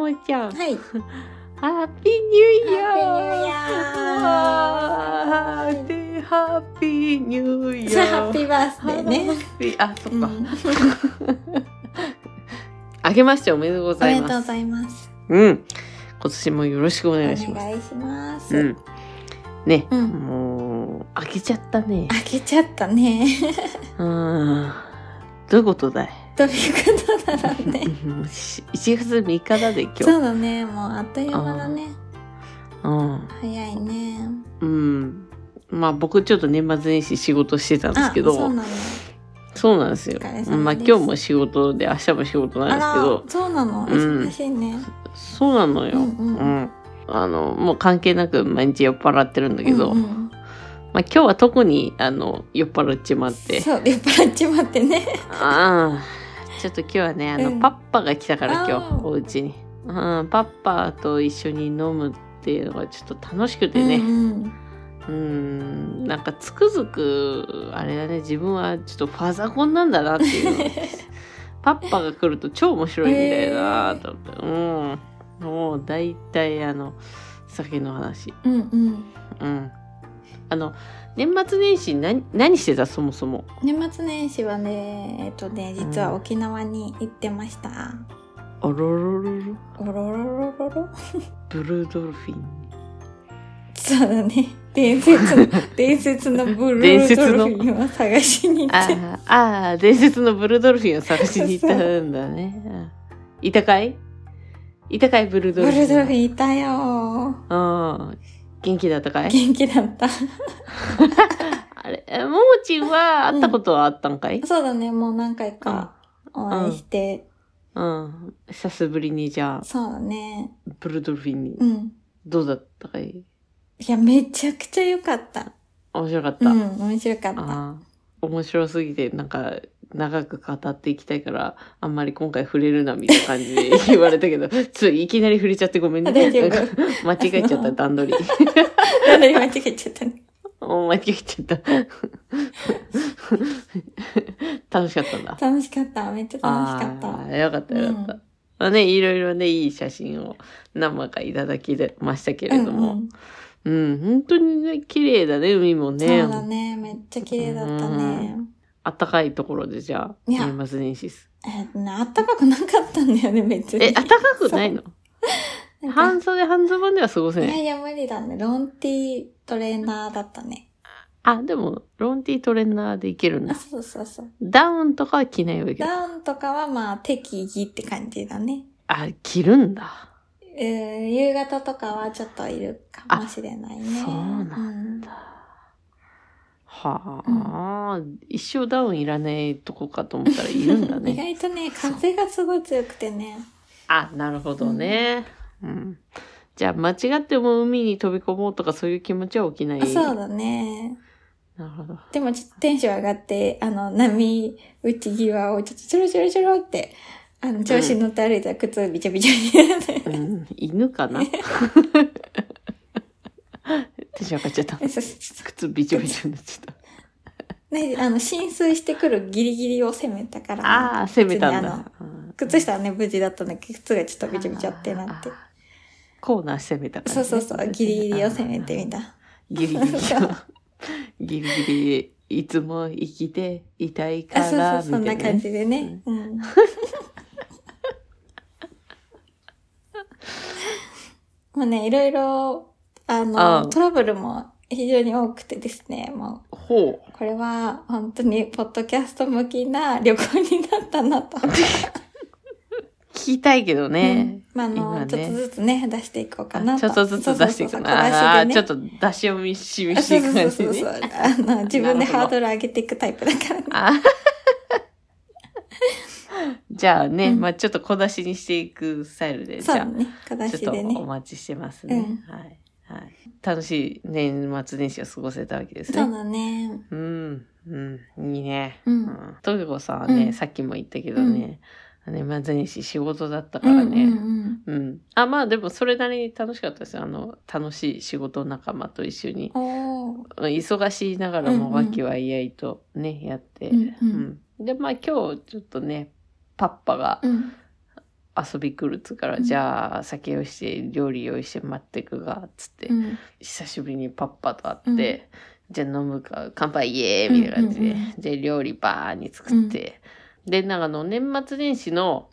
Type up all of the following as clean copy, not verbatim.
もちゃん。 はい。 ハッピーニューイヤー。ハッピーニューイヤー。 ハッピーバースデーね。 あ、そっか。あけましておめでとうございます。 おめでとうございます。 うん。今年もよろしくお願いします。 お願いします。 うん。ね、 うんもう、開けちゃったね。 開けちゃったね。 どういうことだい？ どういうことだろうね。 1月3日だで今日。 そうだね。もうあっという間だね。早いね。 まあ僕ちょっと年末年始仕事してたんですけど。 そうなの。 そうなんですよ。まあ今日も仕事で明日も仕事なんですけど。 そうなの。忙しいね。 そうなのよ。もう関係なく毎日酔っ払ってるんだけど。まあ今日は特に酔っ払っちまって。 そう、酔っ払っちまってね。 ちょっと今日はね、パッパが来たから今日、お家に。パッパと一緒に飲むっていうのがちょっと楽しくてね。なんかつくづく、あれだね、自分はちょっとファザコンなんだなっていうの。パッパが来ると超面白いんだよなと思って。もう大体酒の話。年末年始何してたそもそも。 年末年始はね、実は沖縄に行ってました。 あろろろろ。 おろろろろろ。 ブルードルフィン。 そうだね。伝説のブルードルフィンを探しに行って。 伝説のブルードルフィンを探しに行ったんだね。いたかいブルードルフィン。 ブルードルフィンいたよ。 元気だったかい？ 元気だった。 あれ、ももちんは会ったことはあったんかい？ そうだね。もう何回かお会いして。 久しぶりにじゃあ。 そうだね。 ブルードルフィンに。どうだったかい？ いや、めちゃくちゃ良かった。 面白かった。 面白かった。 面白すぎて、なんか、長く語っていきたいから、あんまり今回触れるな、みたいな感じで言われたけど、いきなり触れちゃってごめんね。 大丈夫。 間違えちゃった、段取り。 段取り間違えちゃったね。 間違えちゃった。楽しかったんだ。 楽しかった。めっちゃ楽しかった。 よかったよかった。まあね、いろいろね、いい写真を何枚かいただきましたけれども。本当にね、綺麗だね、海もね。 そうだね、めっちゃ綺麗だったね。 あったかいところでじゃあ、年末年始です。 あったかくなかったんだよね、別に。 あったかくないの？半袖半ズボンでは過ごせない。 いや、無理だね。ロンティートレーナーだったね。 でも、ロンティートレーナーでいけるんだ。 そうそうそう。 ダウンとかは着ないわけだ。 ダウンとかはまあ、適宜って感じだね。 着るんだ。 夕方とかはちょっといるかもしれないね。 そうなんだ。一生ダウンいらないとこかと思ったらいるんだね。 意外とね、風がすごい強くてね。 なるほどね。じゃあ、間違っても海に飛び込もうとかそういう気持ちは起きない。 そうだね。 なるほど。 でもちょっとテンション上がって、波打ち際をちょっとチョロチョロチョロって、調子に乗って歩いたら靴びちゃびちゃになって。 犬かな？テンション上がっちゃった。靴びちゃびちゃになっちゃった。 ね、浸水してくるギリギリを攻めたから。 攻めたんだ。 靴下はね、無事だったんだけど、靴がちょっとびちゃびちゃってなって。 コーナー攻めたから、ね。 そう、ギリギリを攻めてみた。 ギリギリ。ギリギリ、いつも生きていたいから、 そんな感じでね。もうね、いろいろ、トラブルも非常に多くてですね、もう。これは本当にポッドキャスト向きな旅行になったなと。 聞きたいけどね。 ちょっとずつね、出していこうかなと。 ちょっとずつ出していくな。ちょっと出しを見し見していく感じね。 自分でハードル上げていくタイプだからね。 じゃあね、ちょっと小出しにしていくスタイルで、じゃあ、 小出しでね。 ちょっとお待ちしてますね。楽しい年末年始を過ごせたわけですね。 そうだね。 いいね。とびこさんはね、さっきも言ったけどね、年末年始仕事だったからね。まあでもそれなりに楽しかったですよ。楽しい仕事仲間と一緒に。忙しいながらも和気わいあいとね、やって。で、まあ今日ちょっとね、パッパが、 遊び来るっつうから、じゃあ酒用意して料理用意して待ってくがつって、久しぶりにパッパと会って、じゃあ飲むか乾杯イエーイみたいな感じで、じゃあ料理バーに作って、でなんか年末年始の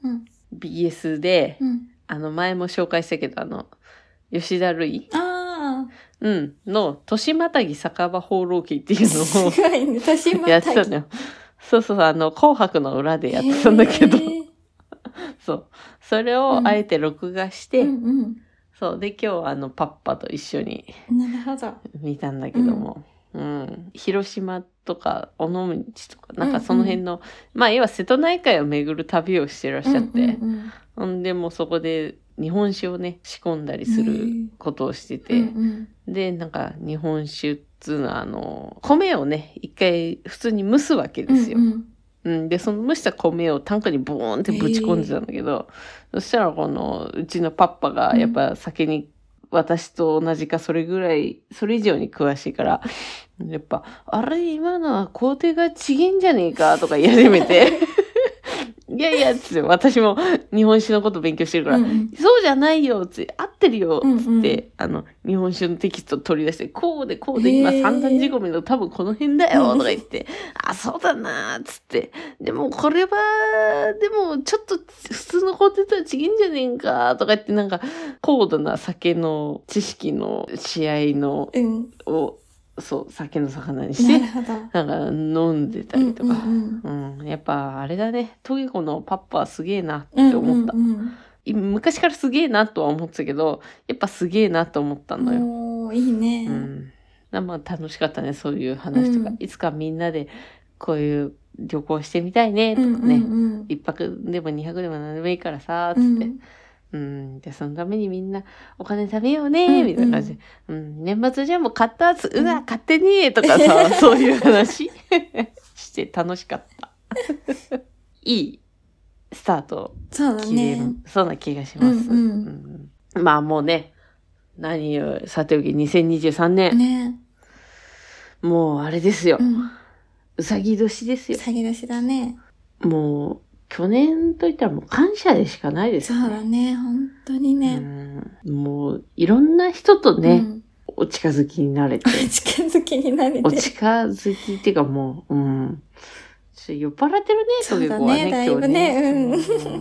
BS で、前も紹介したけど吉田類の年またぎ酒場放浪記っていうのをすごいね、年またぎやってたのよ。そうそう、紅白の裏でやってたんだけど、そう。それをあえて録画して、そう。で、今日パッパと一緒に見たんだけども、広島とか尾道とか、なんかその辺の、まあ、要は瀬戸内海を巡る旅をしてらっしゃって、でもそこで日本酒をね、仕込んだりすることをしてて、で、なんか日本酒っていうのは米をね、一回普通に蒸すわけですよ。で、その蒸した米をタンクにボーンってぶち込んでたんだけど、そしたらうちのパッパがやっぱ酒に、私と同じかそれ以上に詳しいから、やっぱ、あれ今のは工程が違えんじゃねえかとか言い始めて、いやいや、つって、私も日本酒のこと勉強してるから、そうじゃないよ、つって、合ってるよ、つって、日本酒のテキスト取り出して、こうで、今三段仕込みの多分この辺だよ、とか言って、あ、そうだな、つって、でもこれは、でもちょっと普通の工程とは違うんじゃねえんか、とか言って、なんか、高度な酒の知識の試合の、そう、酒の魚にして、なんか飲んでたりとか、やっぱあれだね、トゲコのパッパはすげえなって思った。昔からすげえなとは思ってたけど、やっぱすげえなと思ったのよ。 いいね。 まあ楽しかったね、そういう話とか。いつかみんなでこういう旅行してみたいね、とかね。一泊でも二泊でも何でもいいからさ、つって。で、そのためにみんなお金貯めようね、みたいな感じで。年末じゃもう買ったやつ、うわ、買ってねえとかさ、そういう話して楽しかった。いいスタート。 そうだね。 そうな気がします。まあもうね、何を、さておき2023年。ね。もうあれですよ。うさぎ年ですよ。 うさぎ年だね。 もう、去年といったらもう感謝でしかないですね。そうだね、本当にね。 もういろんな人とね、お近づきになれて。 お近づきになれて。 お近づきっていうかもう、酔っ払ってるね、 そうだね、だいぶね、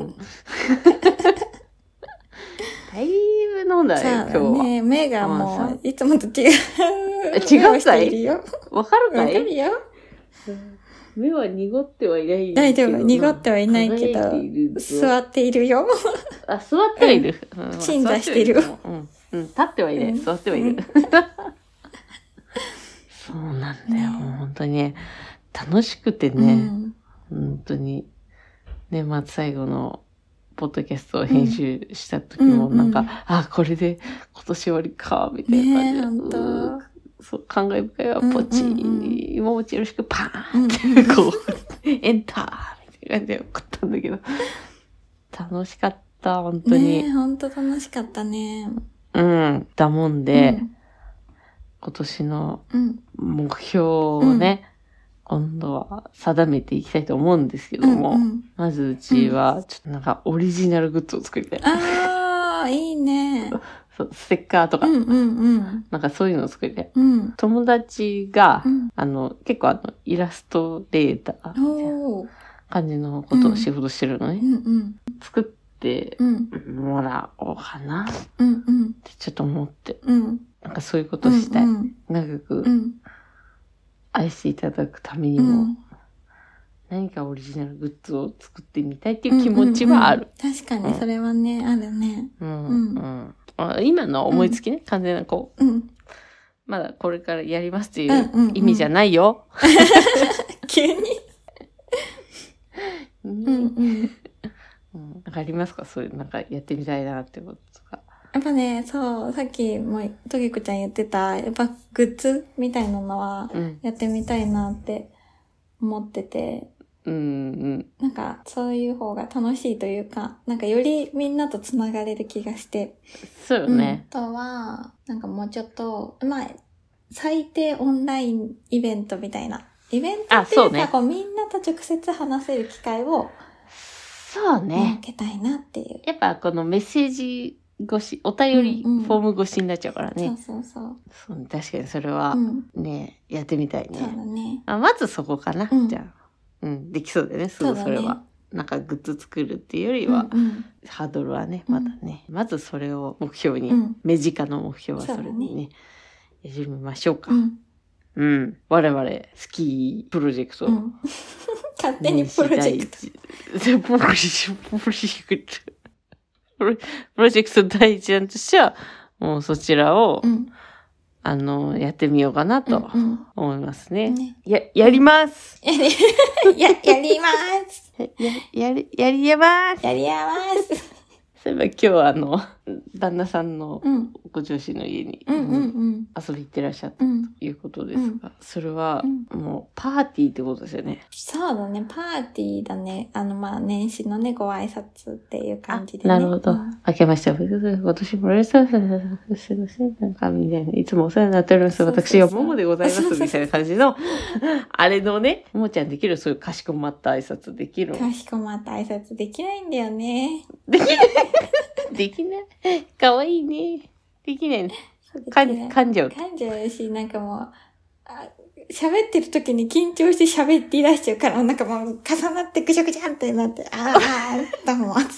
だいぶ飲んだよ、今日は。 ね、目がもう、いつもと違う。 違うかいわかるかいわかるよ。 目は濁ってはいないけど。 大丈夫、濁ってはいないけど、座っているよ。 あ、座ってはいる。 鎮座している。 立ってはいない。座ってはいる。そうなんだよ。本当にね、楽しくてね、本当に、年末最後のポッドキャストを編集した時もなんか、あ、これで今年終わりか、みたいな感じで。そう、感慨深いわ、ポチー、今もちよろしくパーンって、こう、エンターみたいな感じで送ったんだけど、楽しかった、本当に。 ね、本当楽しかったね。 だもんで、今年の目標をね、今度は定めていきたいと思うんですけども、まずうちは、ちょっとなんかオリジナルグッズを作りたい。 ああ、いいね。 そう、ステッカーとか、なんかそういうのを作りたい。友達が、結構イラストレーターみたいな感じのことを仕事してるのね。作ってもらおうかなってちょっと思って。なんかそういうことしたい。長く愛していただくためにも、何かオリジナルグッズを作ってみたいっていう気持ちはある。 確かに、それはね、あるね。 今の思いつきね、完全なこう、まだこれからやりますっていう意味じゃないよ。 急に。 なんかありますか？そういう、なんかやってみたいなってこととか。 やっぱね、そう、さっきもトギコちゃん言ってた、やっぱグッズみたいなのはやってみたいなって思ってて、なんかそういう方が楽しいというか、なんかよりみんなとつながれる気がして。 そうよね。 あとは、なんかもうちょっと、まあ、最低オンラインイベントみたいな。イベントっていうか、こうみんなと直接話せる機会をそうね。 受けたいなっていう。 やっぱこのメッセージ越し、お便りフォーム越しになっちゃうからね。 そう。 確かにそれはね、やってみたいね。 そうだね。 まずそこかな、じゃあ。できそうだよね、すぐそれは。なんかグッズ作るっていうよりは、ハードルはね、まだね。まずそれを目標に、目近の目標はそれにね、やってみましょうか。我々、スキープロジェクト。 勝手にプロジェクト。 プロジェクト第一弾としては、もうそちらを、やってみようかなと思いますね。やります。 やります。 やります。そういえば今日旦那さんのご上司の家に遊び行ってらっしゃったということですが、それはもうパーティーってことですよね。 そうだね、パーティーだね。年始のね、ご挨拶っていう感じでね。 なるほど。明けましておめでとうございます。今年もすいません。なんかみたいな、いつもお世話になっております。私がももでございます。みたいな感じの、あれのね、ももちゃんできる、そういうかしこまった挨拶できるの。 かしこまった挨拶できないんだよね。 できない。かわいいね。できないね。噛んじゃう。 噛んじゃうし、なんかもう、喋ってる時に緊張して喋っていらしちゃうから、なんかもう重なってぐちゃぐちゃってなって、だもん、つって。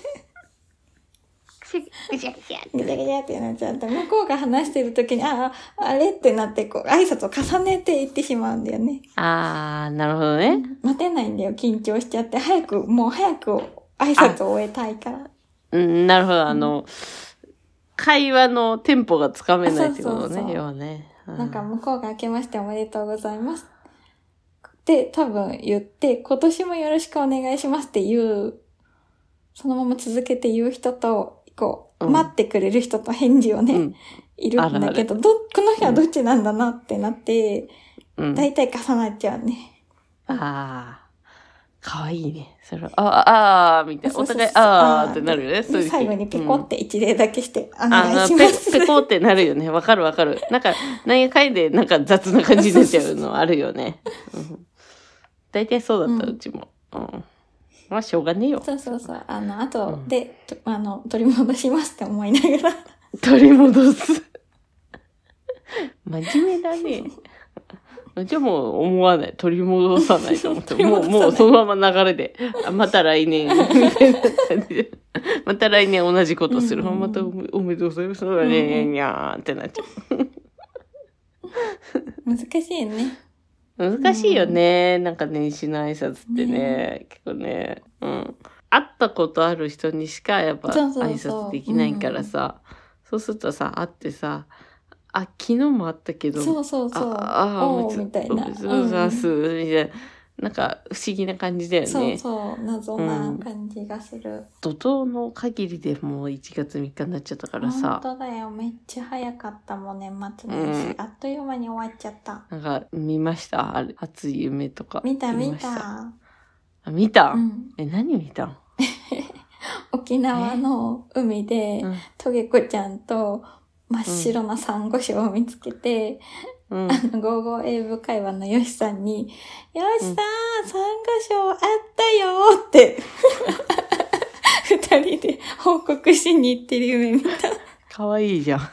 ぐちゃってなっちゃって、向こうが話してる時に、あれってなって、こう、挨拶を重ねていってしまうんだよね。 なるほどね。 待てないんだよ、緊張しちゃって。早く挨拶を終えたいから。 なるほど、会話のテンポがつかめないってことね、要はね。 なんか向こうが明けましておめでとうございますって多分言って、今年もよろしくお願いしますっていう、そのまま続けて言う人と、待ってくれる人と返事をね、いるんだけど、この日はどっちなんだなってなって、だいたい重なっちゃうね。 かわいいね。それは、みたいな。お互い、ってなるよね。 最後にペコって一例だけして、お願いします。 ペコってなるよね。わかる。なんか、何やかんで、なんか雑な感じになっちゃうのあるよね。大体そうだった、うちも。まあ、しょうがねえよ。 そう。あとで、取り戻しますって思いながら。 取り戻す。真面目だね。じゃあもう思わない。取り戻さないと思って。もうそのまま流れで。また来年、みたいな感じで。また来年同じことする。またおめでとうございます。にゃーってなっちゃう。難しいよね。 難しいよね。なんか年始の挨拶ってね。結構ね。会ったことある人にしかやっぱ挨拶できないからさ。そうするとさ、会ってさ、昨日もあったけど。 そう。みたいな。 みたいな。なんか不思議な感じだよね。 そう。謎な感じがする。 怒涛の限りでもう1月3日になっちゃったからさ。 本当だよ。めっちゃ早かったもんね、年末年始。あっという間に終わっちゃった。 なんか見ました？あれ、初夢とか。 見た。 見た？何見たん？ 沖縄の海で、トゲコちゃんと、真っ白なサンゴ礁を見つけて、ゴーゴー英語会話のヨシさんに、ヨシさん、サンゴ礁あったよって、二人で報告しに行ってる夢見た。 かわいいじゃん。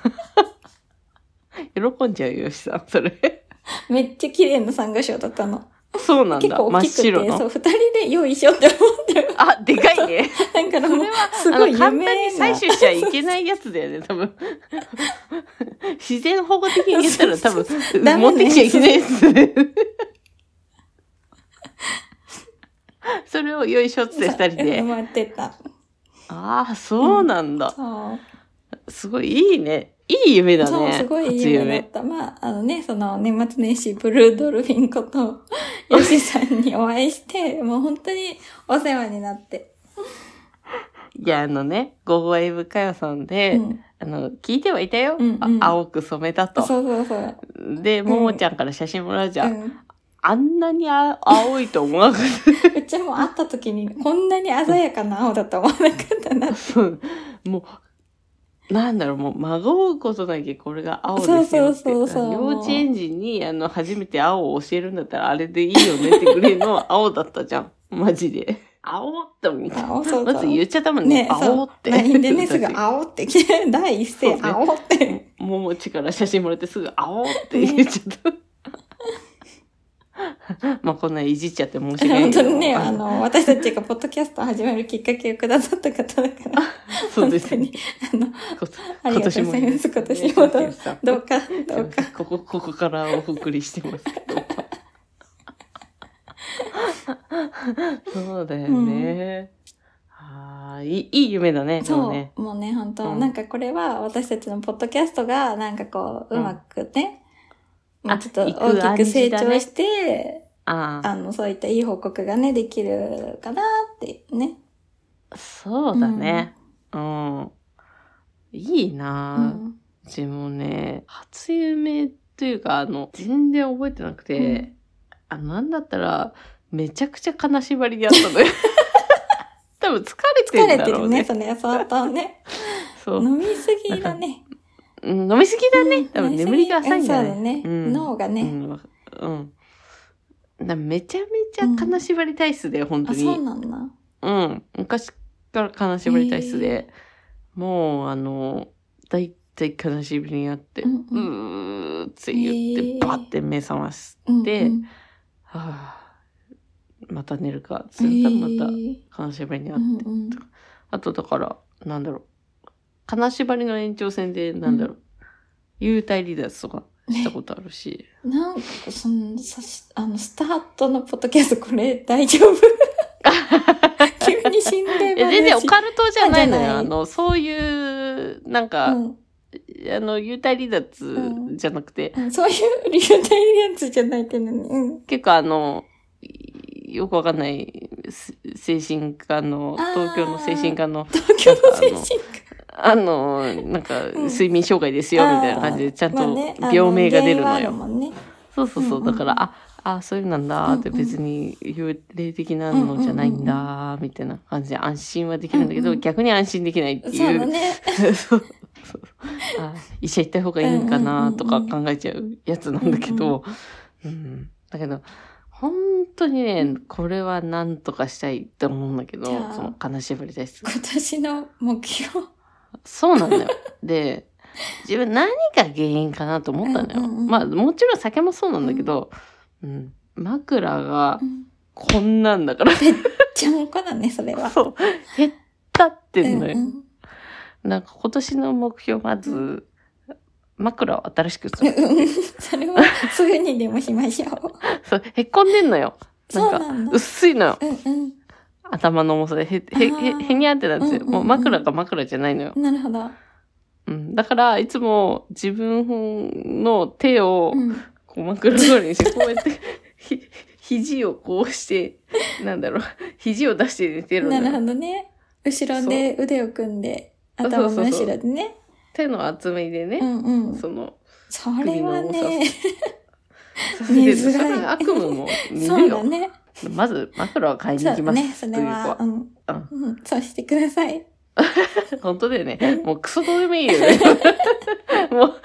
喜んじゃうよ、ヨシさん、それ。 めっちゃ綺麗なサンゴ礁だったの。 そうなんだ。 結構大きくて、そう、二人でよいしょって思ってる。 でかいね。 だからもう、すごい簡単に採取しちゃいけないやつだよね、多分。自然保護的に言ったら多分、持ってきちゃいけないやつ。それをよいしょって二人で。 待ってた。 そうなんだ。すごいいいね。いい夢だね。 そう、すごいいい夢だった。まあ、その年末年始ブルードルフィンことヨシさんにお会いして、もう本当にお世話になって。 いや、ゴーゴーエイブかよさんで、聞いてはいたよ。青く染めたと。 そう。 で、ももちゃんから写真もらうじゃん。あんなに青いと思わなかった。 うちも会った時にこんなに鮮やかな青だと思わなかったなって。 もう、なんだろう、もう、まごうことなきゃこれが青ですよって。幼稚園児に、初めて青を教えるんだったら、あれでいいよねってぐらいの青だったじゃん。マジで。 青って思った。 そうそうまず言っちゃったもんね。青って。 LINE でね、すぐ青って来て、第一声、青って。 ももちから写真もらってすぐ青って言っちゃった。まあこんないじっちゃって申し訳ない。 本当にね、私たちがポッドキャストを始めるきっかけをくださった方だから。 そうですね。 ありがとうございます。今年もどうか。 ここからお送りしてますけど。そうだよね。いい夢だね。 そう。もうね、本当、なんかこれは私たちのポッドキャストが、なんかこう、うまくね、もうちょっと大きく成長して、そういったいい報告がね、できるかなってね。 そうだね。いいなぁ。うちもね、初夢というか、全然覚えてなくて、なんだったら、めちゃくちゃ金縛りでやったのよ。多分疲れてるんだろうね。 疲れてるね、それ、相当ね。そう。飲みすぎだね。 飲みすぎだね。多分眠りが浅いんだね。 そうだね。脳がね。 めちゃめちゃ金縛り体質で、本当に。 そうなんだ。 昔から金縛り体質で、もう、だいたい金縛りにあって、って言って、バッて目覚まして、また寝るか、つったらまた金縛りにあって、あとだから、なんだろう。金縛りの延長線で、幽体離脱とかしたことあるし。 なんか、スタートのポッドキャストこれ大丈夫急に死んで全然オカルトじゃないのよ。そういう、なんか、幽体離脱じゃなくて。 そういう幽体離脱じゃないってのに。 結構よくわかんない精神科の、東京の精神科の。 東京の精神科なんか、睡眠障害ですよ、みたいな感じで、ちゃんと病名が出るのよ。そう。だから、そういうなんだって別に幽霊的なのじゃないんだ、みたいな感じで安心はできるんだけど、逆に安心できないっていう。 そうだね。 医者行った方がいいんかな、とか考えちゃうやつなんだけど、だけど、本当にね、これは何とかしたいって思うんだけど、その金縛り体質。 今年の目標。 そうなんだよ。で、自分何が原因かなと思ったのよ。まあ、もちろん酒もそうなんだけど、枕がこんなんだから。 ぺっちゃんこだね、それは。 そう。減ったってんのよ。なんか今年の目標、まず、枕を新しくする。 それは、すぐにでもしましょう。 そう、へっこんでんのよ。なんか、薄いのよ。頭の重さで、へにゃってなって、もう枕が枕じゃないのよ。 なるほど。 だから、いつも自分の手を、こう枕代わりにして、こうやって、肘をこうして、肘を出して寝てるのよ。 なるほどね。後ろで腕を組んで、頭の後ろでね。 手の厚みでね、 それはね、 それ悪夢も見るよ。 そうだね。 まず枕を買いに行きます。 そうね、それは。そうしてください。 本当だよね。もうクソどうでもいいよね。もう、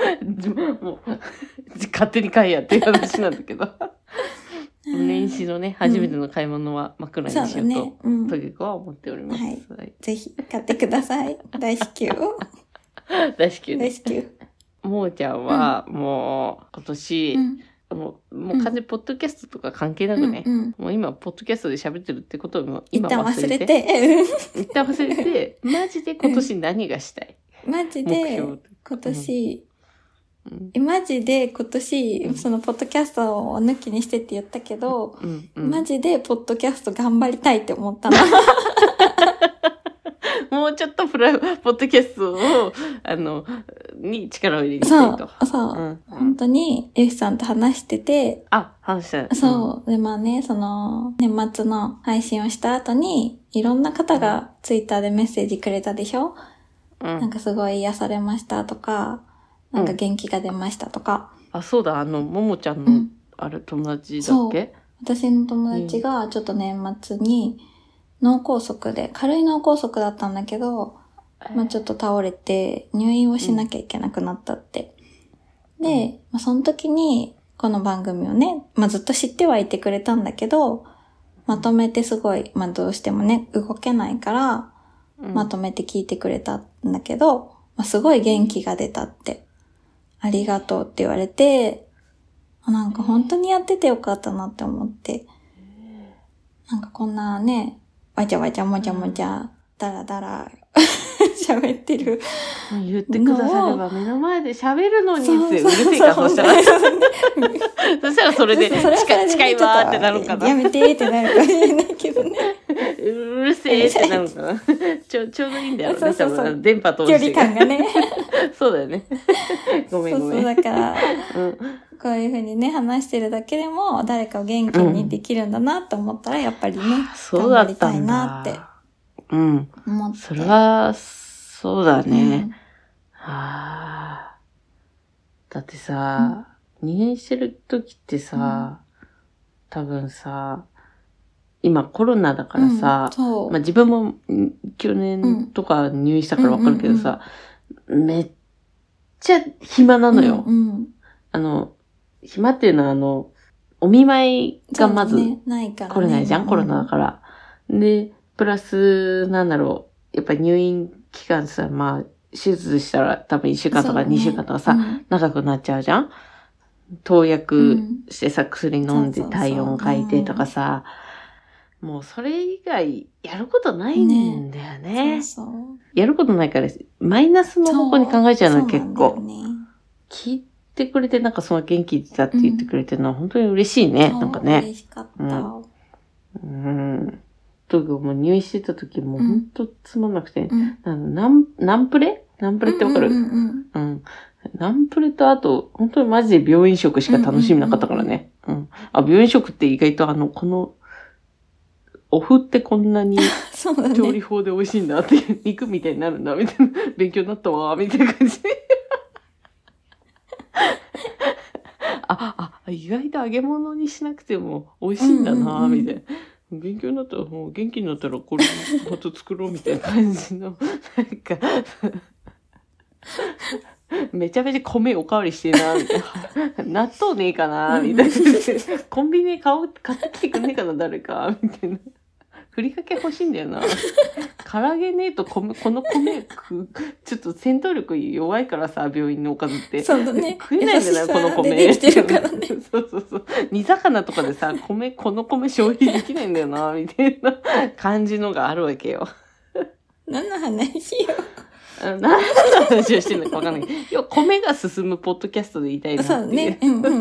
勝手に買いやっていう話なんだけど。年始のね、初めての買い物は枕にしようと、トゲコは思っております。 ぜひ買ってください。大至急を。 大至急。もーちゃんは、もう、今年、もう完全にポッドキャストとか関係なくね、もう今、ポッドキャストで喋ってるってことを今忘れて。一旦忘れて、マジで今年何がしたい？ マジで、今年、マジで今年、そのポッドキャストを抜きにしてって言ったけど、マジでポッドキャスト頑張りたいって思ったの。 もうちょっとポッドキャストを、に力を入れていきたいと。 そう。本当に、ゆきさんと話してて。 話してそう。で、まあね、その、年末の配信をした後に、いろんな方がツイッターでメッセージくれたでしょ？なんかすごい癒されましたとか、なんか元気が出ましたとか。 そうだ、ももちゃんの、友達だっけ？ 私の友達がちょっと年末に、脳梗塞で、軽い脳梗塞だったんだけど、ちょっと倒れて入院をしなきゃいけなくなったって。で、その時にこの番組をね、ずっと知ってはいてくれたんだけど、 まとめてすごい、どうしてもね、動けないから、まとめて聞いてくれたんだけど、すごい元気が出たって、ありがとうって言われて、なんか本当にやっててよかったなって思って、なんかこんなね、わちゃわちゃもちゃもちゃ、だらだら喋ってる。 言ってくだされば目の前で喋るのにって、うるせえか、そしたら。そしたらそれで近いわーってなるかな。 やめてーってなるかもしれないけどね。 うるせえってなるかな。ちょうどいいんだよね。そうそうそう電波通して。 距離感がね。 そうだよね。ごめん。 そうだから、こういう風にね、話してるだけでも誰かを元気にできるんだなと思ったら、やっぱりね、 そうだったんだ。頑張りたいなって。思って。それは、そうだね。だってさ、入院してる時ってさ、多分さ、今コロナだからさ、自分も去年とか入院したからわかるけどさ、めっちゃ暇なのよ。暇っていうのはお見舞いがまず来れないじゃん、コロナだから。で、プラス、やっぱり入院期間さ、手術したら多分1週間とか2週間とかさ、長くなっちゃうじゃん。投薬してさ、薬飲んで体温変えてとかさ、もうそれ以外やることないんだよね。やることないから、マイナスの方向に考えちゃうの結構。聞いてくれて、その元気だって言ってくれてるのは本当に嬉しいね。なんかね。 嬉しかった。 もう入院してた時も本当つまんなくて、ナンプレってわかる？ナンプレとあと、本当にマジで病院食しか楽しみなかったからね。病院食って意外とこの、お麩ってこんなに調理法で美味しいんだって、肉みたいになるんだ、みたいな、勉強になったわ、みたいな感じ。意外と揚げ物にしなくても美味しいんだな、みたいな。勉強になったら、もう元気になったらこれまた作ろうみたいな感じの、めちゃめちゃ米おかわりしてるな、みたいな。納豆ねえかな、みたいな。コンビニで買ってきてくんねえかな、誰か、みたいな。ふりかけ欲しいんだよな。唐揚げねえとこの米ちょっと戦闘力弱いからさ、病院のおかずって。 そうだね。 食えないんだよな、この米。 できてるからね。 そう。煮魚とかでさ、この米消費できないんだよな、みたいな感じのがあるわけよ。 何の話よ。 何の話をしてるのかわかんないけど、米が進むポッドキャストで言いたいなっていう。 そうね。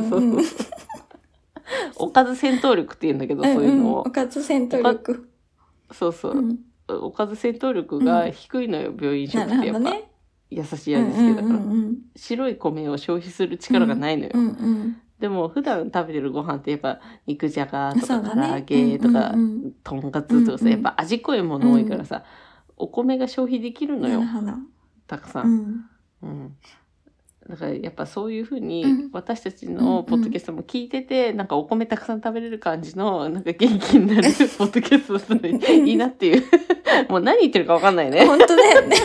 おかず戦闘力って言うんだけど、そういうのを。 おかず戦闘力。 そう。おかず戦闘力が低いのよ、病院食ってやっぱ。優しい味付けだから。白い米を消費する力がないのよ。でも普段食べてるご飯ってやっぱ肉じゃがとか唐揚げとかとんかつとかさ、やっぱ味濃いもの多いからさ、お米が消費できるのよ。たくさん。だからやっぱそういうふうに私たちのポッドキャストも聞いてて、お米たくさん食べれる感じの元気になるポッドキャストだったらいいなっていう。もう何言ってるかわかんないね。 本当だよね。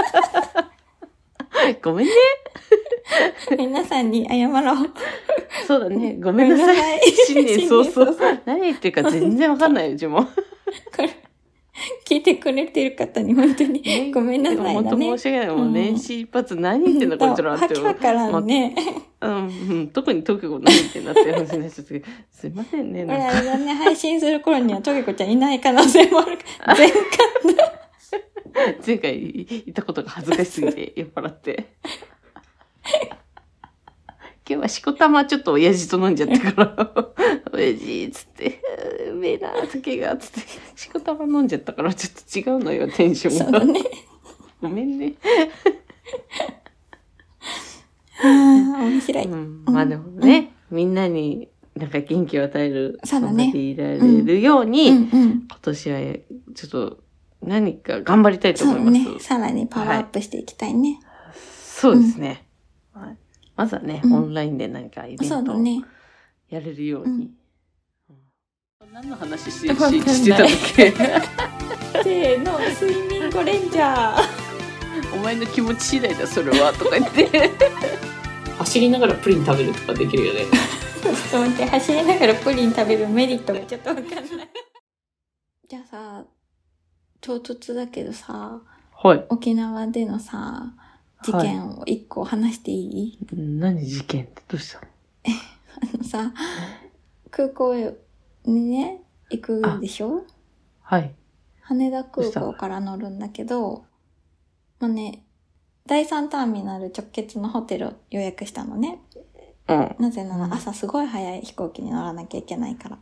ごめんね。 皆さんに謝ろう。 そうだね。ごめんなさい。新年早々。何言ってるか全然わかんないよ、うちも。 これ聞いてくれてる方に本当にごめんなさいだね。 本当申し訳ない。もう年始一発何言ってんだ、こいつらって。 わからんね。 特にトキコ何言ってんだって話になっちゃったけど、すいませんね。 これあれだね、配信する頃にはトキコちゃんいない可能性もあるから。 前回言ったことが恥ずかしすぎて酔っ払って。今日はしこたまちょっと親父と飲んじゃったから、親父つって、うめえな酒がつって、しこたま飲んじゃったからちょっと違うのよ、テンションが。 そうだね。 ごめんね。 面白い。 でもね、みんなに元気を与える、そんなでいられるように、今年はちょっと何か頑張りたいと思います。 そうね。さらにパワーアップしていきたいね。 そうですね。まずはね、オンラインで何かイベントをやれるように。何の話してたっけ？ せーの、睡眠ゴレンジャー。 お前の気持ち次第だ、それは。とか言って。走りながらプリン食べるとかできるよね。 ちょっと待って、走りながらプリン食べるメリットがちょっとわかんない。 じゃあさ、唐突だけどさ、 はい。 沖縄でのさ、事件を一個話していい？ 何事件ってどうしたの？ さ、空港にね、行くでしょ？ はい。 羽田空港から乗るんだけど、もうね、第3ターミナル直結のホテルを予約したのね。なぜなら朝すごい早い飛行機に乗らなきゃいけないから。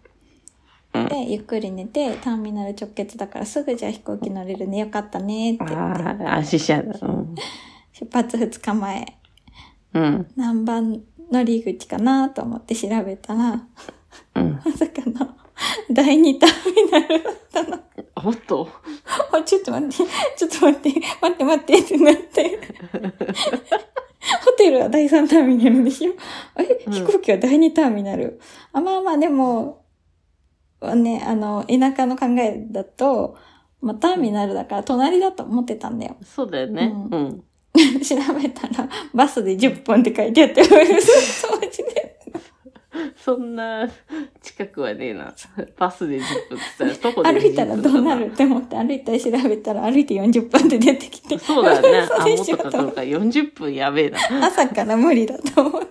で、ゆっくり寝て、ターミナル直結だからすぐじゃあ飛行機乗れるね、よかったねって言って。 安心しちゃう。 出発2日前。何番乗り口かなと思って調べたら、まさかの第2ターミナルだったの。 おっとちょっと待ってってなって。ホテルは第3ターミナルでしょ？飛行機は第2ターミナル。まあでも、ね、田舎の考えだと、ターミナルだから隣だと思ってたんだよ。 そうだよね。 調べたら、バスで10分って書いてあって、そうマジで。 そんな近くはねえな。バスで10分って言ったら、どこで歩いたらどうなるって思って、歩いたら調べたら歩いて40分って出てきて。 そうだね。もっとかかるから40分やべえな。 朝から無理だと思って。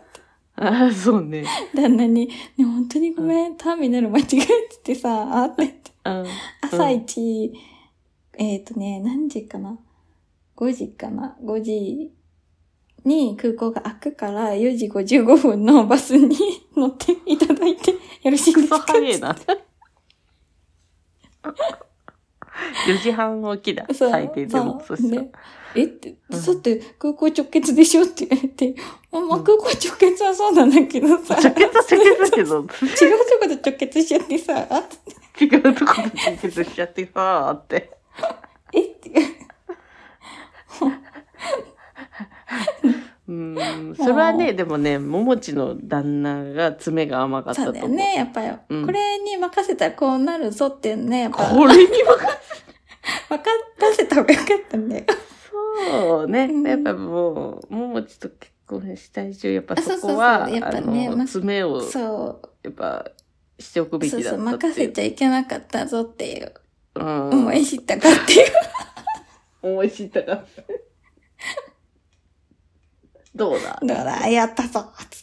そうね。 旦那に、ね、本当にごめん、ターミナル間違えてさ、って言って。朝一、何時かな ?5 時かな ?5 時に空港が開くから4時55分のバスに乗っていただいてよろしいですか？ クソ早いな。4時半起きだ。最低でも。そしたら。 だって空港直結でしょって言われて、空港直結はそうなんだけどさ。 直結だけど。違うとこで直結しちゃってさ。 違うとこで直結しちゃってさ、って。 ってそれはね、でもね、ももちの旦那が爪が甘かったと思う。 そうだよね、やっぱり、これに任せたらこうなるぞってね、やっぱ。 これに任せた方がよかったんだよ。 そうね。やっぱももちと結婚した以上、やっぱそこは、 やっぱね、 爪を、やっぱ、しておくべきだったっていう。 任せちゃいけなかったぞっていう。思い知ったかっていう。 思い知ったか。どうだやったぞつって。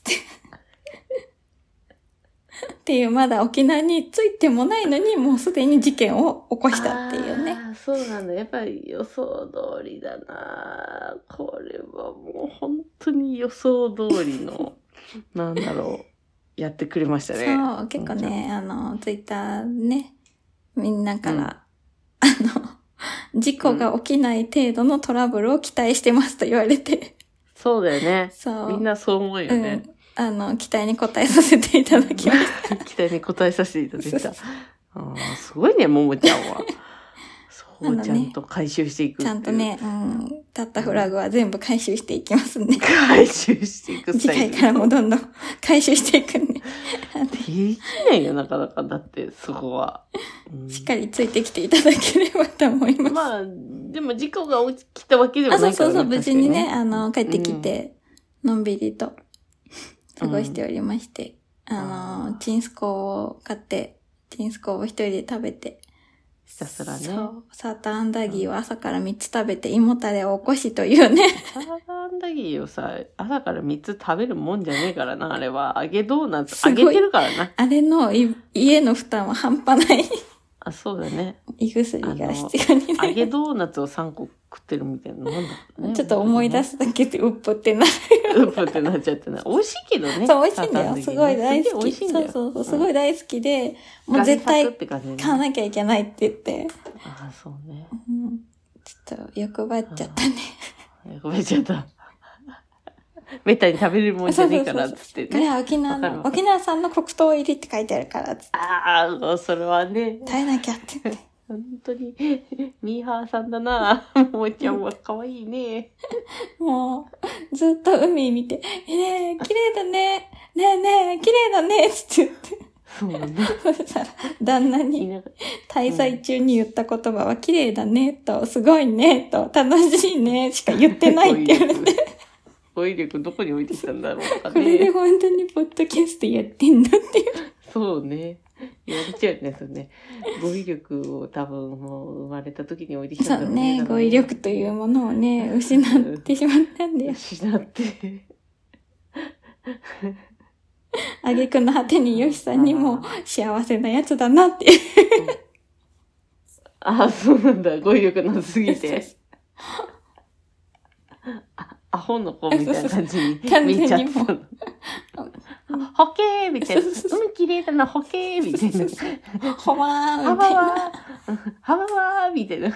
っていう、まだ沖縄に着いてもないのに、もうすでに事件を起こしたっていうね。 そうなんだ。やっぱり予想通りだな。これはもう本当に予想通りの、なんだろう、やってくれましたね。 そう、結構ね、ツイッターね、みんなから、事故が起きない程度のトラブルを期待してますと言われて。 そうだよね。そう。みんなそう思うよね。 期待に応えさせていただきました。 期待に応えさせていただいた。すごいね、ももちゃんは。そう、ちゃんと回収していく。 ちゃんとね、立ったフラグは全部回収していきますね。 回収していく。 次回からもどんどん回収していくね。 できないよ、なかなか。だって、そこは。 しっかりついてきていただければと思います。 まあ、でも事故が起きたわけではないからね。 そう、無事にね、帰ってきて、のんびりと過ごしておりまして、チンスコを買って、チンスコを一人で食べて、 ひたすらね。 そう。サーターアンダギーを朝から3つ食べて、胃もたれを起こしというね。 サーターアンダギーをさ、朝から3つ食べるもんじゃねえからな、あれは。揚げドーナツ、揚げてるからな。 あれの家の負担は半端ない。 そうだね。 胃薬が必要になる。 揚げドーナツを3個食ってるみたいなもんだね。 ちょっと思い出すだけでうっぷってなる。 うっぷってなっちゃってな。美味しいけどね。 そう、美味しいんだよ。すごい大好き。 美味しいんだよ。 そう、すごい大好きで、もう絶対買わなきゃいけないって言って。 そうね。 ちょっと欲張っちゃったね。 欲張っちゃった。めったに食べれるもんじゃねえから、つってね。 これは沖縄産の黒糖入りって書いてあるから、つって。 それはね。 食べなきゃって言って。 本当に、ミーハーさんだな。ももちゃんは可愛いね。 もう、ずっと海見て、綺麗だね。ねえ、綺麗だね。つって言って。 そうね。 旦那に、滞在中に言った言葉は、綺麗だね、と、すごいね、と、楽しいね、しか言ってないって言われて。 語彙力どこに置いてきたんだろうかね。 これで本当にポッドキャストやってんだっていう。 そうね。 言われちゃうよね、それね。語彙力を多分もう生まれた時に置いてきたんだろうね。そうね、語彙力というものをね、失ってしまったんだよ。 失って。 あげくの果てによしさんにも幸せなやつだなって。 あ、そうなんだ。語彙力なすぎて。アホの子みたいな感じに見えちゃったの。ホケーみたいな。海綺麗だな、ホケーみたいな。 ほわーみたいな。 はわーみたいな。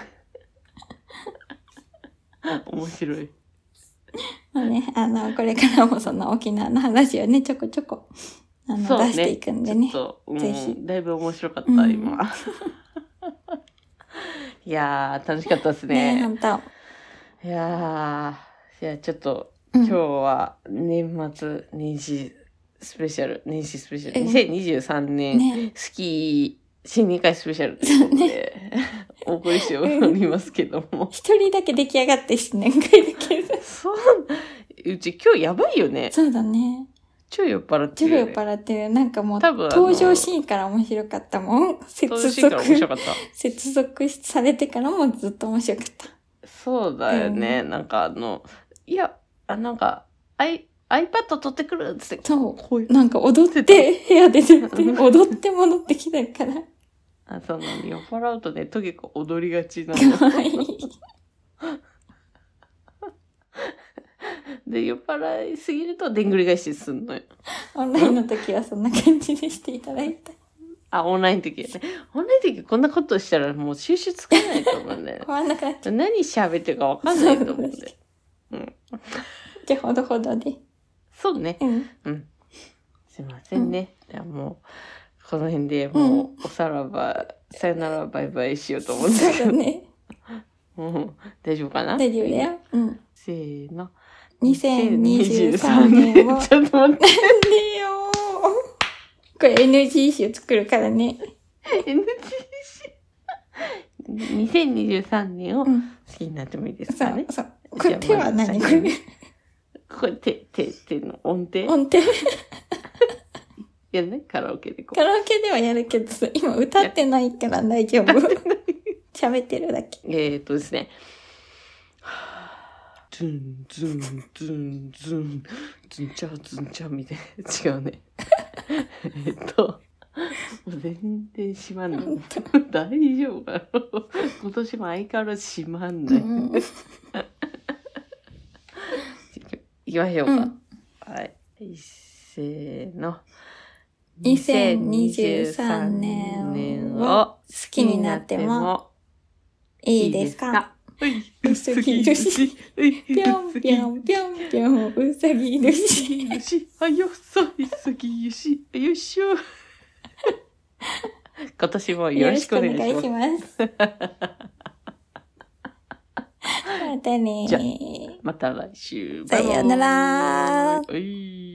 面白い。 まあね、これからもその沖縄の話をね、ちょこちょこ、出していくんでね。 ぜひ。だいぶ面白かった、今。いやー、楽しかったですね。 ね、ほんと。 いや、ちょっと、今日は年末年始スペシャル、2023年スキー新年会スペシャルということで、お送りしておりますけども。 一人だけ出来上がって新年会だけど。 そう、うち今日やばいよね。 そうだね。 超酔っ払ってる、ね。 超酔っ払ってる。なんかもう、登場シーンから面白かったもん。接続されてからもずっと面白かった。 そうだよね。なんかいや、なんか、iPad 取ってくるっつって。 そう。なんか踊って、部屋で出て、踊って戻ってきたから。 あ、そうなの。酔っ払うとね、とにかく踊りがちなの。 かわいい。 で、酔っ払いすぎるとでんぐり返しすんのよ。 オンラインの時はそんな感じでしていただいた。 あ、オンラインの時はね。オンラインの時こんなことしたらもう収集つかないと思うんだよね。 変わんなくなっちゃう。 何喋ってるかわかんないと思うんで。うん。 じゃあ、ほどほどで。 そうね。うん。すいませんね。じゃあもう、この辺でもう、おさらば、さよならバイバイしようと思うんだけど。 そうね。 大丈夫かな？ 大丈夫だよ。うん。 せーの。 2023年を。 ちょっと待って。 なんでよー。これ NG 集作るからね。 NG 集。2023年を好きになってもいいですかね。 そう。これ手は何これ。 これ手の音程やんね、カラオケでカラオケではやるけど、今歌ってないから大丈夫。喋ってるだけ。 ですね。ズンズンズンズンズンチャズンチャみたいな。違うね。もう全然閉まんない。大丈夫かな。今年も相変わらず閉まんない。行きましょうか。はい。せーの。 2023年を好きになってもいいですか？うさぎ年。ぴょんぴょんぴょんぴょん、うさぎ年。 あよさいさぎし、よいしょ。今年もよろしくお願いします。 またね。 じゃあ、また来週。 さよなら。 はい。